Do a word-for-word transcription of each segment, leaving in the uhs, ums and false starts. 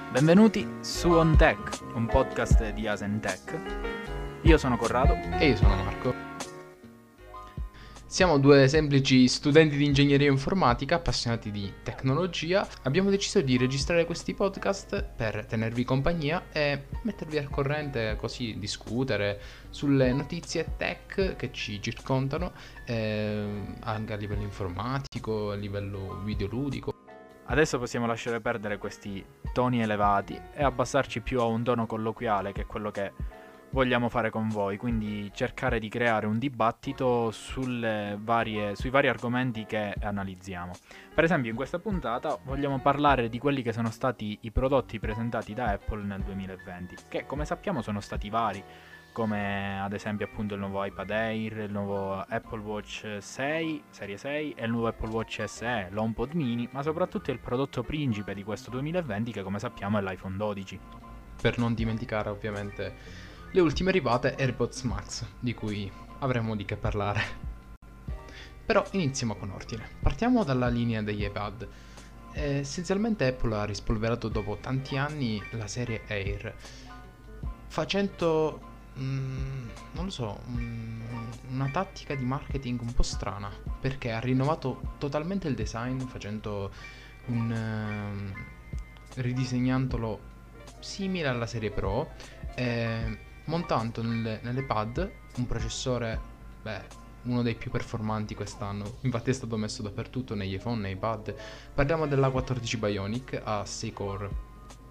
Benvenuti su On Tech, un podcast di Asentech. Io sono Corrado. E io sono Marco. Siamo due semplici studenti di ingegneria informatica appassionati di tecnologia. Abbiamo deciso di registrare questi podcast per tenervi compagnia e mettervi al corrente, così discutere sulle notizie tech che ci circondano, eh, anche a livello informatico, a livello videoludico. Adesso possiamo lasciare perdere questi toni elevati e abbassarci più a un tono colloquiale, che è quello che vogliamo fare con voi, quindi cercare di creare un dibattito sulle varie, sui vari argomenti che analizziamo. Per esempio in questa puntata vogliamo parlare di quelli che sono stati i prodotti presentati da Apple nel duemilaventi, che come sappiamo sono stati vari, come ad esempio appunto il nuovo iPad Air, il nuovo Apple Watch sei, serie sei e il nuovo Apple Watch S E, l'HomePod mini, ma soprattutto il prodotto principe di questo duemilaventi che come sappiamo è l'iPhone dodici. Per non dimenticare ovviamente le ultime arrivate AirPods Max, di cui avremo di che parlare. Però iniziamo con ordine. Partiamo dalla linea degli iPad. Eh, essenzialmente Apple ha rispolverato dopo tanti anni la serie Air, facendo, mm, non lo so, mm, una tattica di marketing un po' strana, perché ha rinnovato totalmente il design, facendo un... ehm, ridisegnandolo simile alla serie Pro, eh, montando nelle, nelle pad un processore, beh, uno dei più performanti quest'anno, infatti è stato messo dappertutto, negli iPhone, nei pad. Parliamo dell'A quattordici Bionic a sei core.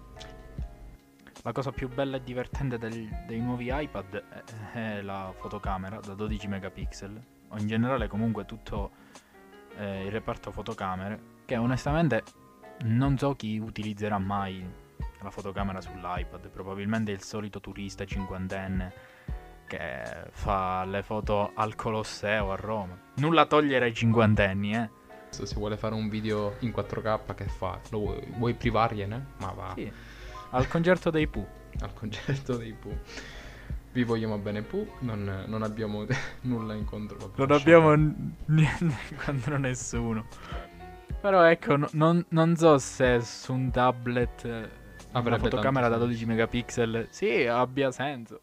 La cosa più bella e divertente del, dei nuovi iPad è, è la fotocamera da dodici megapixel, o in generale comunque tutto eh, il reparto fotocamere, che onestamente non so chi utilizzerà mai la fotocamera sull'iPad. Probabilmente il solito turista cinquantenne che fa le foto al Colosseo a Roma. Nulla togliere ai cinquantenni, eh. Se vuole fare un video in quattro K, che fa? Lo vuoi, vuoi privargliene? Ma va. Sì, al concerto dei Pooh. Al concerto dei Pooh. Vi vogliamo bene Pooh, non, non abbiamo nulla in contro. Non abbiamo n- niente contro nessuno. Però ecco, no, non, non so se su un tablet eh, una fotocamera da dodici megapixel sì, abbia senso.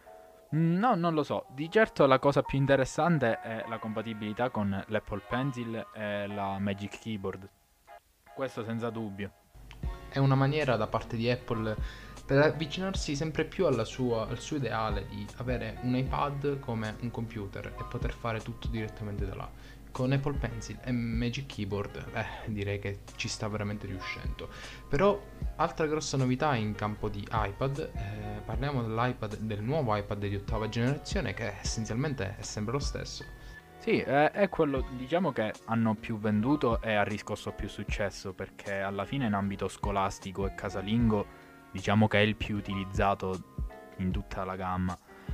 No, non lo so. Di certo la cosa più interessante è la compatibilità con l'Apple Pencil e la Magic Keyboard. Questo senza dubbio. È una maniera da parte di Apple per avvicinarsi sempre più alla sua, al suo ideale di avere un iPad come un computer e poter fare tutto direttamente da là. Con Apple Pencil e Magic Keyboard, eh, direi che ci sta veramente riuscendo. Però, altra grossa novità in campo di iPad, eh, parliamo dell'iPad, del nuovo iPad di ottava generazione, che essenzialmente è sempre lo stesso. Sì, è, è quello, diciamo, che hanno più venduto e ha riscosso più successo, perché alla fine in ambito scolastico e casalingo diciamo che è il più utilizzato in tutta la gamma.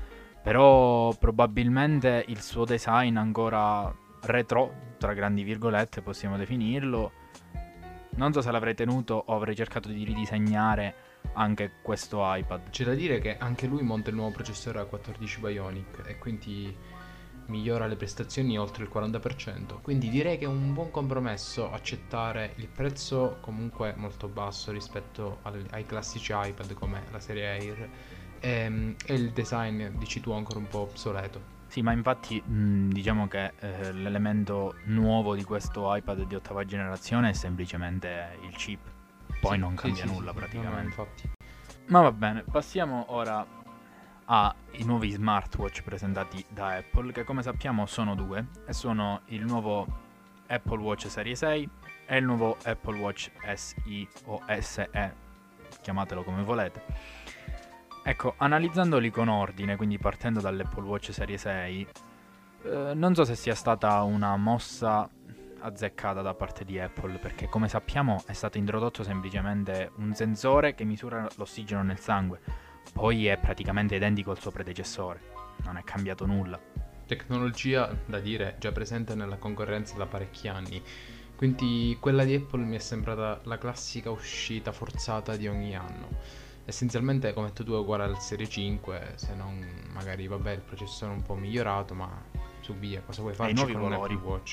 Però probabilmente il suo design ancora retro, tra grandi virgolette possiamo definirlo, non so se l'avrei tenuto o avrei cercato di ridisegnare anche questo iPad. C'è da dire che anche lui monta il nuovo processore A quattordici Bionic e quindi migliora le prestazioni oltre il quaranta per cento. Quindi direi che è un buon compromesso accettare il prezzo comunque molto basso rispetto al, ai classici iPad come la serie Air e, e il design, dici tu, ancora un po' obsoleto. Sì, ma infatti mh, diciamo che eh, l'elemento nuovo di questo iPad di ottava generazione è semplicemente il chip. Poi sì, non cambia sì, nulla sì, praticamente. No, no, infatti. Ma va bene, passiamo ora ai nuovi smartwatch presentati da Apple, che come sappiamo sono due, e sono il nuovo Apple Watch Serie sei e il nuovo Apple Watch S E o S E, chiamatelo come volete. Ecco, analizzandoli con ordine, quindi partendo dall'Apple Watch Serie sei, eh, non so se sia stata una mossa azzeccata da parte di Apple, perché come sappiamo è stato introdotto semplicemente un sensore che misura l'ossigeno nel sangue, poi è praticamente identico al suo predecessore, non è cambiato nulla. Tecnologia, da dire, già presente nella concorrenza da parecchi anni, quindi quella di Apple mi è sembrata la classica uscita forzata di ogni anno. Essenzialmente, come detto tu, è uguale al Serie cinque, se non magari, vabbè, il processore è un po' migliorato, ma su via, cosa vuoi farci nuovi con un colori. Apple Watch?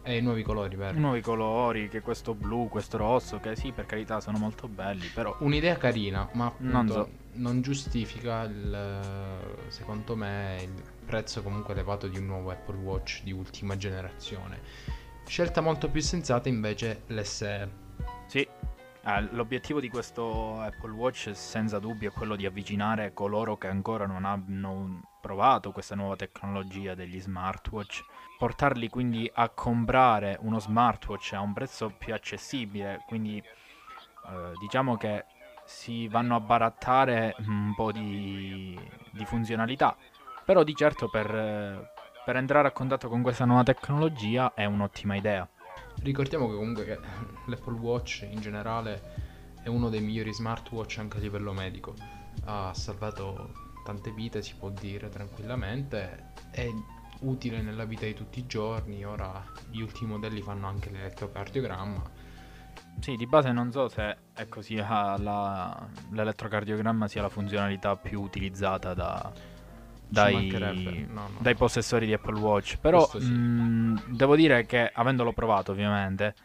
E i nuovi colori, vero? nuovi colori, che questo blu, questo rosso, che sì, per carità sono molto belli, però Un'idea carina, ma appunto Non so. non giustifica il, secondo me, il prezzo comunque elevato di un nuovo Apple Watch di ultima generazione. Scelta molto più sensata invece l'S E. sì, eh, l'obiettivo di questo Apple Watch senza dubbio è quello di avvicinare coloro che ancora non hanno provato questa nuova tecnologia degli smartwatch, portarli quindi a comprare uno smartwatch a un prezzo più accessibile, quindi eh, diciamo che si vanno a barattare un po' di, di funzionalità, però di certo per, eh, per entrare a contatto con questa nuova tecnologia è un'ottima idea. Ricordiamo che comunque che l'Apple Watch in generale è uno dei migliori smartwatch anche a livello medico. Ha salvato tante vite, si può dire tranquillamente, è utile nella vita di tutti i giorni. Ora gli ultimi modelli fanno anche l'elettrocardiogramma. Sì, di base non so se ecco, sia la- l'elettrocardiogramma sia la funzionalità più utilizzata da- Ci mancherebbe, dai, no, no, dai no. possessori di Apple Watch, però Questo sì. mh, devo dire che avendolo provato ovviamente,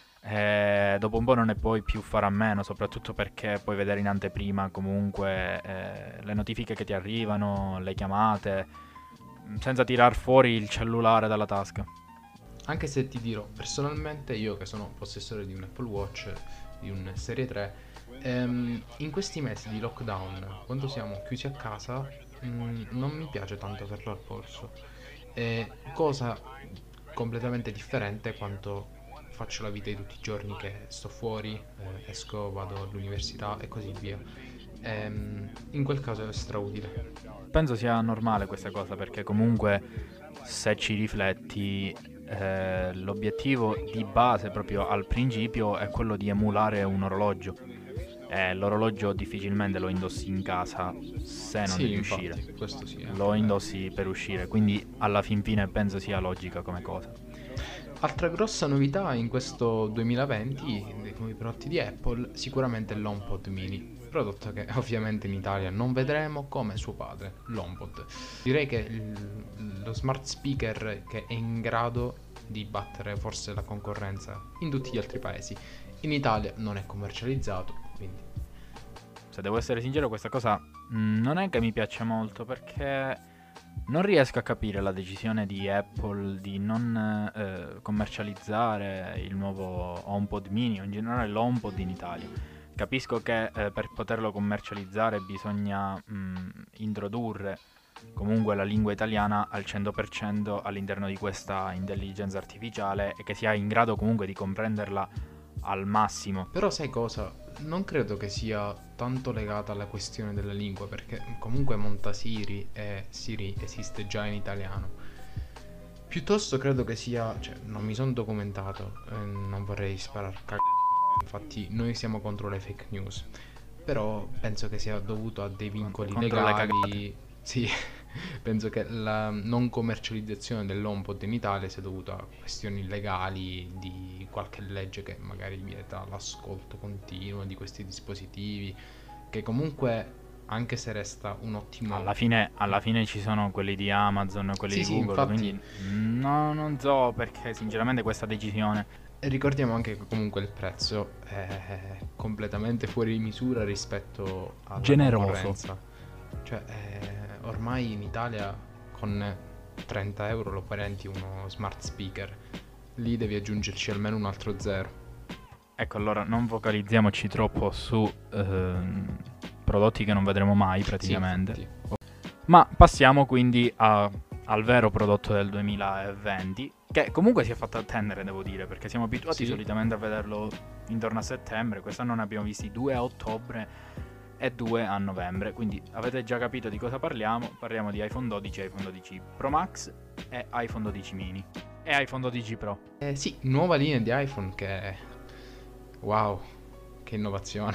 eh, dopo un po' non ne puoi più fare a meno, soprattutto perché puoi vedere in anteprima comunque eh, le notifiche che ti arrivano, le chiamate, mh, senza tirar fuori il cellulare dalla tasca. Anche se ti dirò, personalmente io che sono possessore di un Apple Watch, di un Serie tre, ehm, in questi mesi di lockdown, quando siamo chiusi a casa, mm, non mi piace tanto averlo al polso. È cosa completamente differente quanto faccio la vita di tutti i giorni, che sto fuori, eh, esco, vado all'università e così via. Ehm, in quel caso è strautile. Penso sia normale questa cosa perché comunque se ci rifletti eh, l'obiettivo di base proprio al principio è quello di emulare un orologio e l'orologio difficilmente lo indossi in casa se non Sì, devi uscire, infatti, questo sì. È lo vero. indossi per uscire, quindi alla fin fine penso sia logica come cosa. Altra grossa novità in questo duemilaventi dei nuovi prodotti di Apple, sicuramente l'HomePod mini, prodotto che ovviamente in Italia non vedremo come suo padre, l'HomePod. Direi che il- lo smart speaker che è in grado di battere forse la concorrenza in tutti gli altri paesi. In Italia non è commercializzato, quindi Se devo essere sincero, questa cosa mh, non è che mi piaccia molto perché non riesco a capire la decisione di Apple di non eh, commercializzare il nuovo HomePod mini o in generale l'HomePod in Italia. Capisco che eh, per poterlo commercializzare bisogna mh, introdurre comunque la lingua italiana al cento per cento all'interno di questa intelligenza artificiale e che sia in grado comunque di comprenderla al massimo. però sai cosa? Non credo che sia tanto legata alla questione della lingua, perché comunque monta Siri e Siri esiste già in italiano. Piuttosto credo che sia, cioè, non mi sono documentato, eh, non vorrei sparare cag... Infatti noi siamo contro le fake news, però penso che sia dovuto a dei vincoli Contro le legali. Sì, penso che la non commercializzazione dell'HomePod in Italia sia dovuta a questioni legali di qualche legge che magari vieta l'ascolto continuo di questi dispositivi, che comunque, anche se resta un ottimo... Alla fine, alla fine ci sono quelli di Amazon, quelli Sì, di sì, Google, infatti. quindi no, non so perché sinceramente questa decisione... E ricordiamo anche che comunque il prezzo è completamente fuori misura rispetto alla Generoso. concorrenza. Cioè, eh, ormai in Italia con trenta euro lo prendi uno smart speaker. Lì devi aggiungerci almeno un altro zero. Ecco, allora non focalizziamoci troppo su ehm, prodotti che non vedremo mai praticamente. Sì, infatti. Ma passiamo quindi a- al vero prodotto del duemilaventi, che comunque si è fatto attendere, devo dire, perché siamo abituati Sì. solitamente a vederlo intorno a settembre. Quest'anno ne abbiamo visti due a ottobre e due a novembre, quindi avete già capito di cosa parliamo. Parliamo di iPhone dodici, iPhone dodici Pro Max e iPhone dodici mini e iPhone dodici Pro. Eh sì, nuova linea di iPhone che... Wow, che innovazione.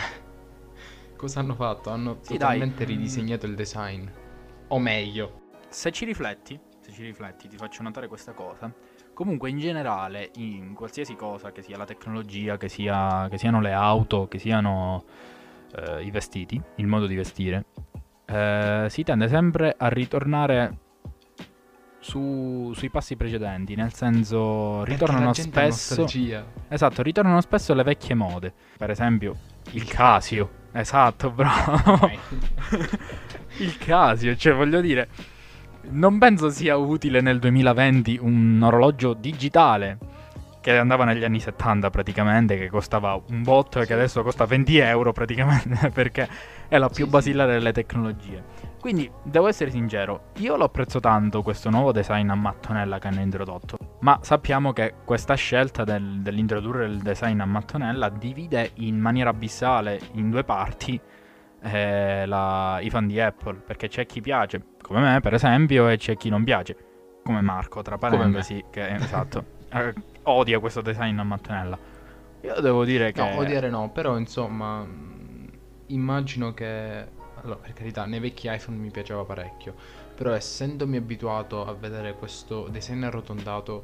Cosa hanno fatto? Hanno Sì, totalmente dai. ridisegnato il design. O meglio, Se ci rifletti, se ci rifletti, ti faccio notare questa cosa. Comunque, in generale, in qualsiasi cosa, che sia la tecnologia, che, sia, che siano le auto, che siano eh, i vestiti, il modo di vestire, eh, si tende sempre a ritornare su, sui passi precedenti, nel senso Perché ritornano la gente ha spesso. nostalgia. Esatto, ritornano spesso le vecchie mode. Per esempio, il Casio. Esatto, bravo. Vai. Il Casio, cioè voglio dire, non penso sia utile nel duemilaventi un orologio digitale che andava negli anni settanta praticamente, che costava un botto e Sì. che adesso costa venti euro praticamente perché è la più Sì, basilare delle tecnologie. Quindi, devo essere sincero, io lo apprezzo tanto questo nuovo design a mattonella che hanno introdotto, ma sappiamo che questa scelta del- dell'introdurre il design a mattonella divide in maniera abissale in due parti eh, la- i fan di Apple, perché c'è chi piace, come me per esempio, e c'è chi non piace, come Marco, tra Come me. parentesi, che esatto, eh, odia questo design a mattonella. Io devo dire che... No, odiare no, però insomma, mh, immagino che, allora, per carità, nei vecchi iPhone mi piaceva parecchio, però essendomi abituato a vedere questo design arrotondato,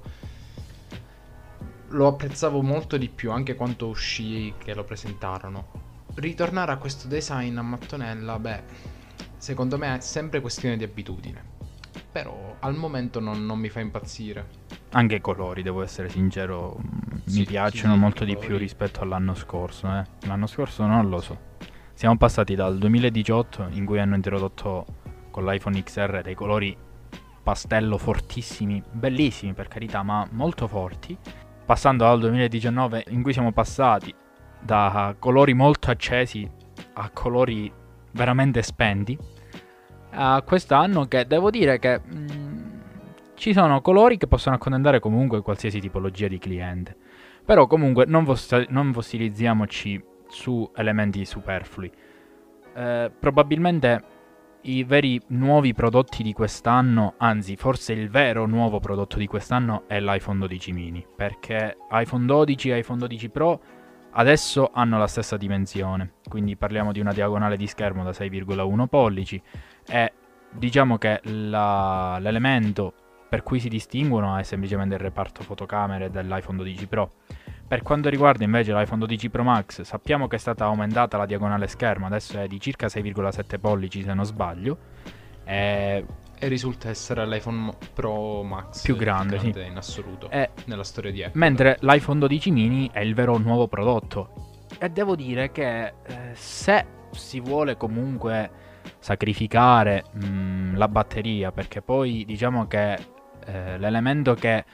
lo apprezzavo molto di più anche quando uscì che lo presentarono. Ritornare a questo design a mattonella, beh, secondo me è sempre questione di abitudine, però al momento non, non mi fa impazzire. Anche i colori, devo essere sincero, mm, Sì, mi piacciono sì, molto i di più colori. rispetto all'anno scorso. Eh. L'anno scorso non lo so. Siamo passati dal duemiladiciotto, in cui hanno introdotto con l'iPhone X R dei colori pastello fortissimi, bellissimi per carità, ma molto forti, passando al duemiladiciannove, in cui siamo passati da colori molto accesi a colori veramente spenti, a quest'anno che devo dire che mm, ci sono colori che possono accontentare comunque qualsiasi tipologia di cliente. Però comunque non, foss- non fossilizziamoci su elementi superflui. Eh, probabilmente i veri nuovi prodotti di quest'anno, anzi forse il vero nuovo prodotto di quest'anno è l'iPhone dodici mini, perché iPhone dodici e iPhone dodici Pro adesso hanno la stessa dimensione, quindi parliamo di una diagonale di schermo da sei virgola uno pollici e diciamo che la- l'elemento per cui si distinguono è semplicemente il reparto fotocamere dell'iPhone dodici Pro. Per quanto riguarda invece l'iPhone dodici Pro Max, sappiamo che è stata aumentata la diagonale schermo, adesso è di circa sei virgola sette pollici se non sbaglio, e E risulta essere l'iPhone Pro Max più grande, sì. in assoluto E nella storia di Apple. mentre l'iPhone dodici mini è il vero nuovo prodotto. E devo dire che eh, se si vuole comunque sacrificare mh, la batteria, perché poi diciamo che eh, l'elemento che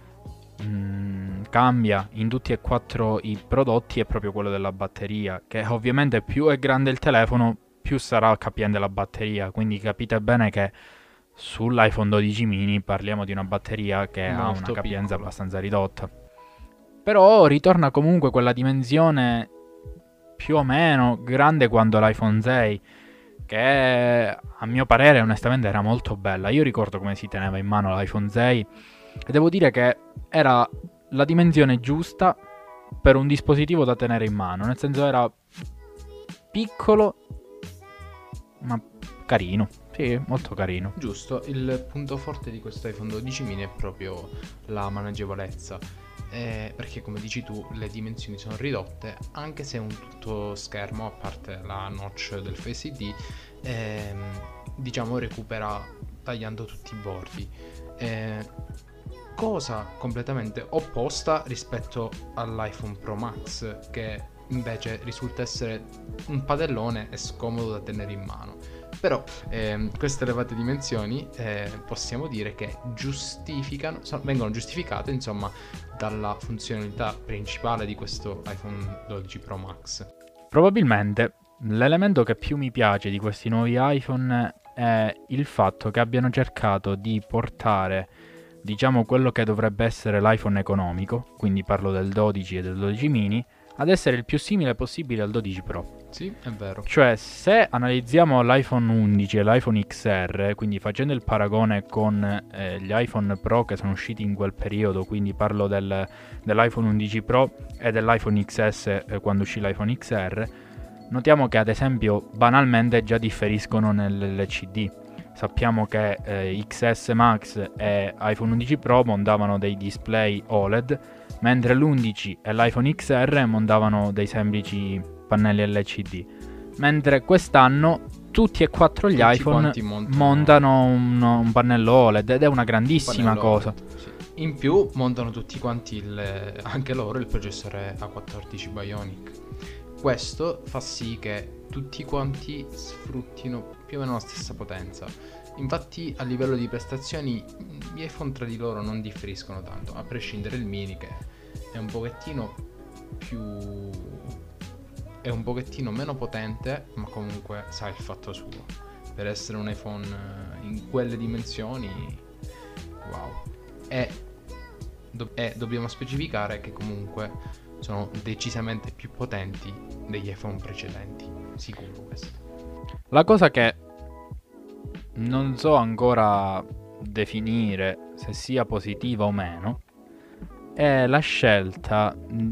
mh, cambia in tutti e quattro i prodotti è proprio quello della batteria, che ovviamente più è grande il telefono più sarà capiente la batteria, quindi capite bene che sull'iPhone dodici mini parliamo di una batteria che ha Molto una capienza piccola. abbastanza ridotta. Però ritorna comunque quella dimensione più o meno grande quanto l'iPhone sei, che a mio parere onestamente era molto bella. Io ricordo come si teneva in mano l'iPhone sei e devo dire che era la dimensione giusta per un dispositivo da tenere in mano, nel senso era piccolo ma carino. Sì, molto carino. Giusto, il punto forte di questo iPhone dodici mini è proprio la maneggevolezza, eh, perché come dici tu le dimensioni sono ridotte, anche se è un tutto schermo, a parte la notch del Face I D, ehm, diciamo recupera tagliando tutti i bordi, eh, cosa completamente opposta rispetto all'iPhone Pro Max, che invece risulta essere un padellone e scomodo da tenere in mano. Però ehm, queste elevate dimensioni eh, possiamo dire che giustificano, so- vengono giustificate insomma dalla funzionalità principale di questo iPhone dodici Pro Max. Probabilmente l'elemento che più mi piace di questi nuovi iPhone è il fatto che abbiano cercato di portare, diciamo, quello che dovrebbe essere l'iPhone economico, quindi parlo del dodici e del dodici mini, ad essere il più simile possibile al dodici Pro. Sì, è vero. Cioè, se analizziamo l'iPhone undici e l'iPhone X R, quindi facendo il paragone con eh, gli iPhone Pro che sono usciti in quel periodo, quindi parlo del, dell'iPhone undici Pro e dell'iPhone X S eh, quando uscì l'iPhone X R, notiamo che ad esempio banalmente già differiscono nell'L C D. Sappiamo che eh, X S Max e iPhone undici Pro montavano dei display O L E D, mentre l'undici e l'iPhone X R montavano dei semplici pannelli L C D. Mentre quest'anno tutti e quattro gli Tutti iPhone quanti montano- montano un, un pannello O L E D ed è una grandissima Pannello cosa. O L E D, sì. In più montano tutti quanti il, anche loro il processore A quattordici Bionic. Questo fa sì che tutti quanti sfruttino più o meno la stessa potenza. Infatti a livello di prestazioni gli iPhone tra di loro non differiscono tanto, a prescindere il mini che è un pochettino più... è un pochettino meno potente, ma comunque sa il fatto suo. Per essere un iPhone eh, in quelle dimensioni, wow. E, do- e dobbiamo specificare che comunque sono decisamente più potenti degli iPhone precedenti, sicuro questo. La cosa che non so ancora definire se sia positiva o meno è la scelta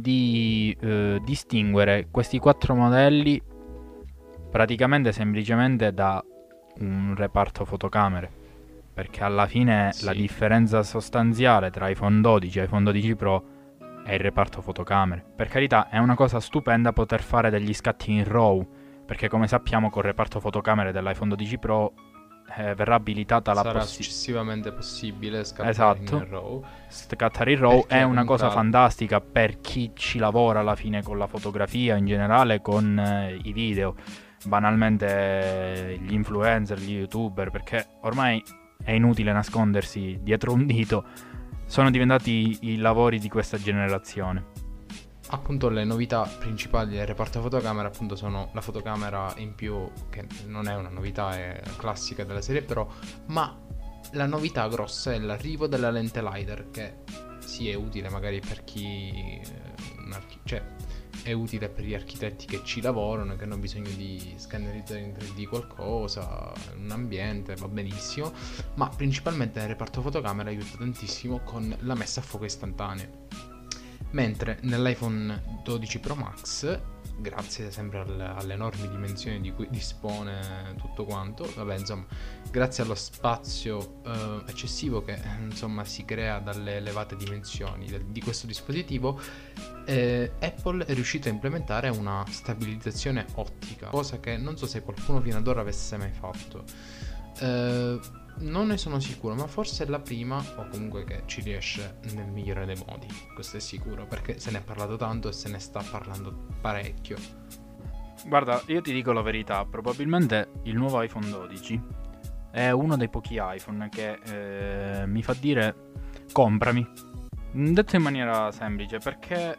di eh, distinguere questi quattro modelli praticamente semplicemente da un reparto fotocamere, perché alla fine Sì. la differenza sostanziale tra iPhone dodici e iPhone dodici Pro è il reparto fotocamere. Per carità, è una cosa stupenda poter fare degli scatti in RAW, perché come sappiamo col reparto fotocamere dell'iPhone dodici Pro eh, verrà abilitata la Sarà possibilità. successivamente possibile scattare Esatto. in RAW. Scattare il RAW Perché è una cosa comunque- fantastica per chi ci lavora alla fine con la fotografia, in generale con eh, i video, banalmente eh, gli influencer, gli youtuber, perché ormai è inutile nascondersi dietro un dito, sono diventati i lavori di questa generazione. Appunto le novità principali del reparto fotocamera appunto sono la fotocamera in più, che non è una novità, è classica della serie Pro, ma la novità grossa è l'arrivo della lente LiDAR, che sì è utile magari per chi eh, un archi- cioè è utile per gli architetti che ci lavorano e che hanno bisogno di scannerizzare in tre D qualcosa, un ambiente, va benissimo, ma principalmente nel reparto fotocamera aiuta tantissimo con la messa a fuoco istantanea. Mentre nell'iPhone dodici Pro Max, grazie sempre al- alle enormi dimensioni di cui dispone tutto quanto, vabbè insomma, grazie allo spazio eh, eccessivo che eh, insomma si crea dalle elevate dimensioni del- di questo dispositivo, eh, Apple è riuscito a implementare una stabilizzazione ottica, cosa che non so se qualcuno fino ad ora avesse mai fatto. Eh, non ne sono sicuro, ma forse è la prima, o comunque che ci riesce nel migliore dei modi, questo è sicuro, perché se ne è parlato tanto e se ne sta parlando parecchio. Guarda, io ti dico la verità, probabilmente il nuovo iPhone dodici è uno dei pochi iPhone che eh, mi fa dire comprami. Detto in maniera semplice, perché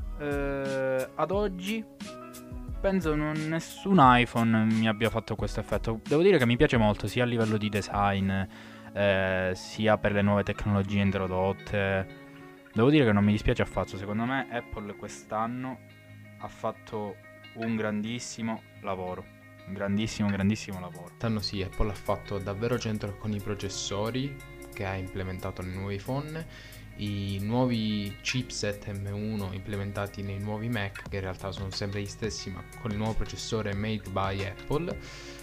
eh, ad oggi penso non nessun iPhone mi abbia fatto questo effetto. Devo dire che mi piace molto sia a livello di design eh, sia per le nuove tecnologie introdotte. Devo dire che non mi dispiace affatto. Secondo me Apple quest'anno ha fatto un grandissimo lavoro. Un grandissimo, grandissimo lavoro. Quest'anno sì, Apple ha fatto davvero centro con i processori che ha implementato nei nuovi iPhone, i nuovi chipset M uno implementati nei nuovi Mac, che in realtà sono sempre gli stessi ma con il nuovo processore made by Apple,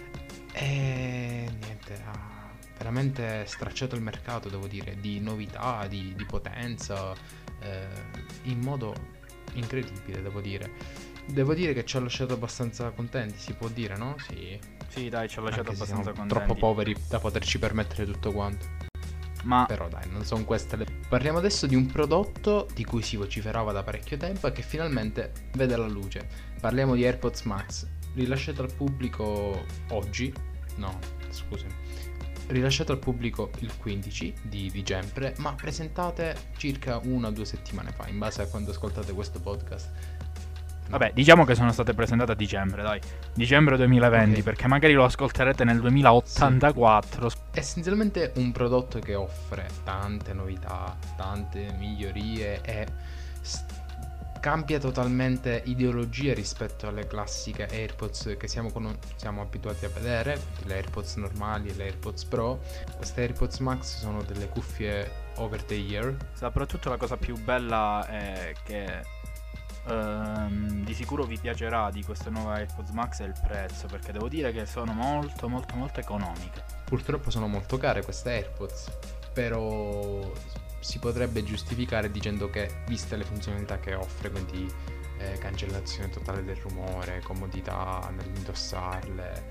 e niente, ha veramente stracciato il mercato, devo dire, di novità, di, di potenza, eh, in modo incredibile, devo dire. Devo dire che ci ha lasciato abbastanza contenti, si può dire, no? Sì. Sì, dai, ci ha lasciato Anche se abbastanza siamo contenti. troppo poveri da poterci permettere tutto quanto. Ma Però dai, non sono queste le... Parliamo adesso di un prodotto di cui si vociferava da parecchio tempo e che finalmente vede la luce. Parliamo di AirPods Max, rilasciato al pubblico oggi. No, scusami. Rilasciato al pubblico il quindici di dicembre, ma presentate circa una o due settimane fa, in base a quando ascoltate questo podcast. vabbè, diciamo che sono state presentate a dicembre, dai. Dicembre duemilaventi, Ok. perché magari lo ascolterete nel duemilaottantaquattro. Essenzialmente un prodotto che offre tante novità, tante migliorie e s- cambia totalmente ideologia rispetto alle classiche AirPods che siamo, con- siamo abituati a vedere, le AirPods normali e le AirPods Pro. Queste AirPods Max sono delle cuffie over the ear. Soprattutto la cosa più bella è che ehm, di sicuro vi piacerà di queste nuove AirPods Max è il prezzo, perché devo dire che sono molto molto molto economiche. Purtroppo sono molto care queste AirPods, però si potrebbe giustificare dicendo che, viste le funzionalità che offre, quindi eh, cancellazione totale del rumore, comodità nell'indossarle,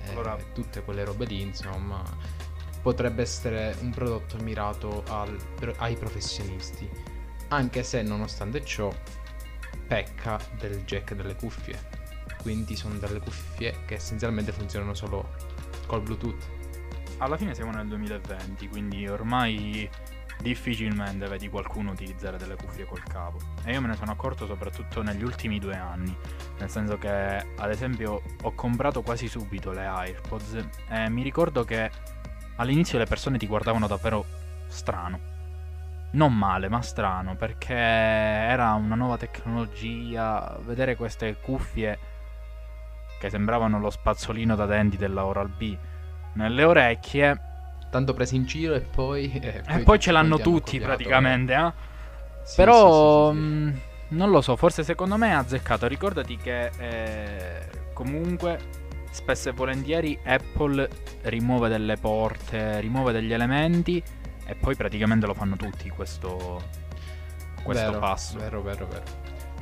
eh, Allora- tutte quelle robe lì, insomma, potrebbe essere un prodotto mirato al- per- ai professionisti, anche se nonostante ciò pecca del jack delle cuffie, quindi sono delle cuffie che essenzialmente funzionano solo col Bluetooth. Alla fine siamo nel duemilaventi, quindi ormai difficilmente vedi qualcuno utilizzare delle cuffie col cavo. E io me ne sono accorto soprattutto negli ultimi due anni. Nel senso che, ad esempio, ho comprato quasi subito le AirPods e mi ricordo che all'inizio le persone ti guardavano davvero strano. Non male, ma strano, perché era una nuova tecnologia. Vedere queste cuffie che sembravano lo spazzolino da denti della Oral-B nelle orecchie. Tanto presi in giro e poi... eh, E poi tutti ce l'hanno quanti hanno tutti copiato, praticamente, eh. Sì, Però sì, sì, sì, sì. mh, non lo so, forse secondo me è azzeccato. Ricordati che eh, comunque spesso e volentieri Apple rimuove delle porte, rimuove degli elementi e poi praticamente lo fanno tutti questo, questo Vero, passo. Vero, vero, vero.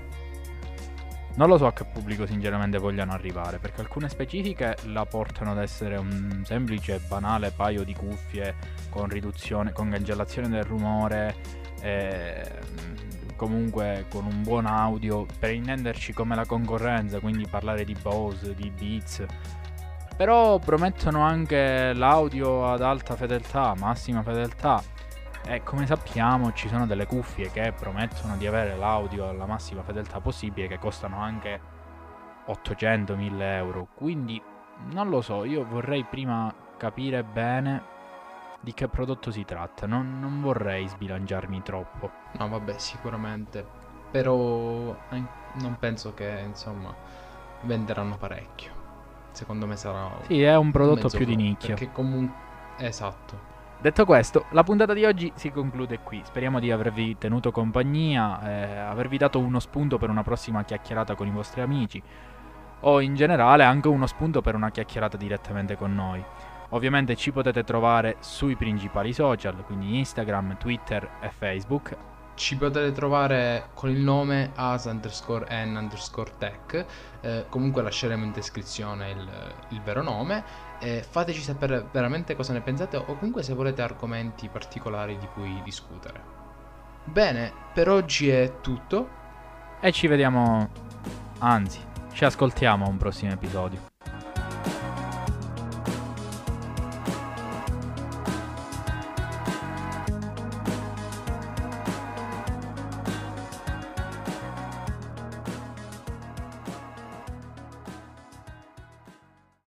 Non lo so a che pubblico sinceramente vogliano arrivare, perché alcune specifiche la portano ad essere un semplice e banale paio di cuffie con riduzione, con cancellazione del rumore, e, comunque con un buon audio, per intenderci come la concorrenza, quindi parlare di Bose, di Beats. Però promettono anche l'audio ad alta fedeltà, massima fedeltà. E come sappiamo ci sono delle cuffie che promettono di avere l'audio alla massima fedeltà possibile, che costano anche ottocento mille euro. Quindi non lo so, io vorrei prima capire bene di che prodotto si tratta. Non, non vorrei sbilanciarmi troppo. No, vabbè, sicuramente. Però eh, non penso che, insomma, venderanno parecchio. Secondo me sarà Sì, è un prodotto mezzo più di flop, nicchia. perché comunque... Esatto. Detto questo, la puntata di oggi si conclude qui. Speriamo di avervi tenuto compagnia, eh, avervi dato uno spunto per una prossima chiacchierata con i vostri amici, o in generale anche uno spunto per una chiacchierata direttamente con noi. Ovviamente ci potete trovare sui principali social, quindi Instagram, Twitter e Facebook. Ci potete trovare con il nome as underscore n underscore tech. Eh, comunque lasceremo in descrizione il, il vero nome. Eh, fateci sapere veramente cosa ne pensate o comunque se volete argomenti particolari di cui discutere. Bene, per oggi è tutto. E ci vediamo, anzi, ci ascoltiamo a un prossimo episodio.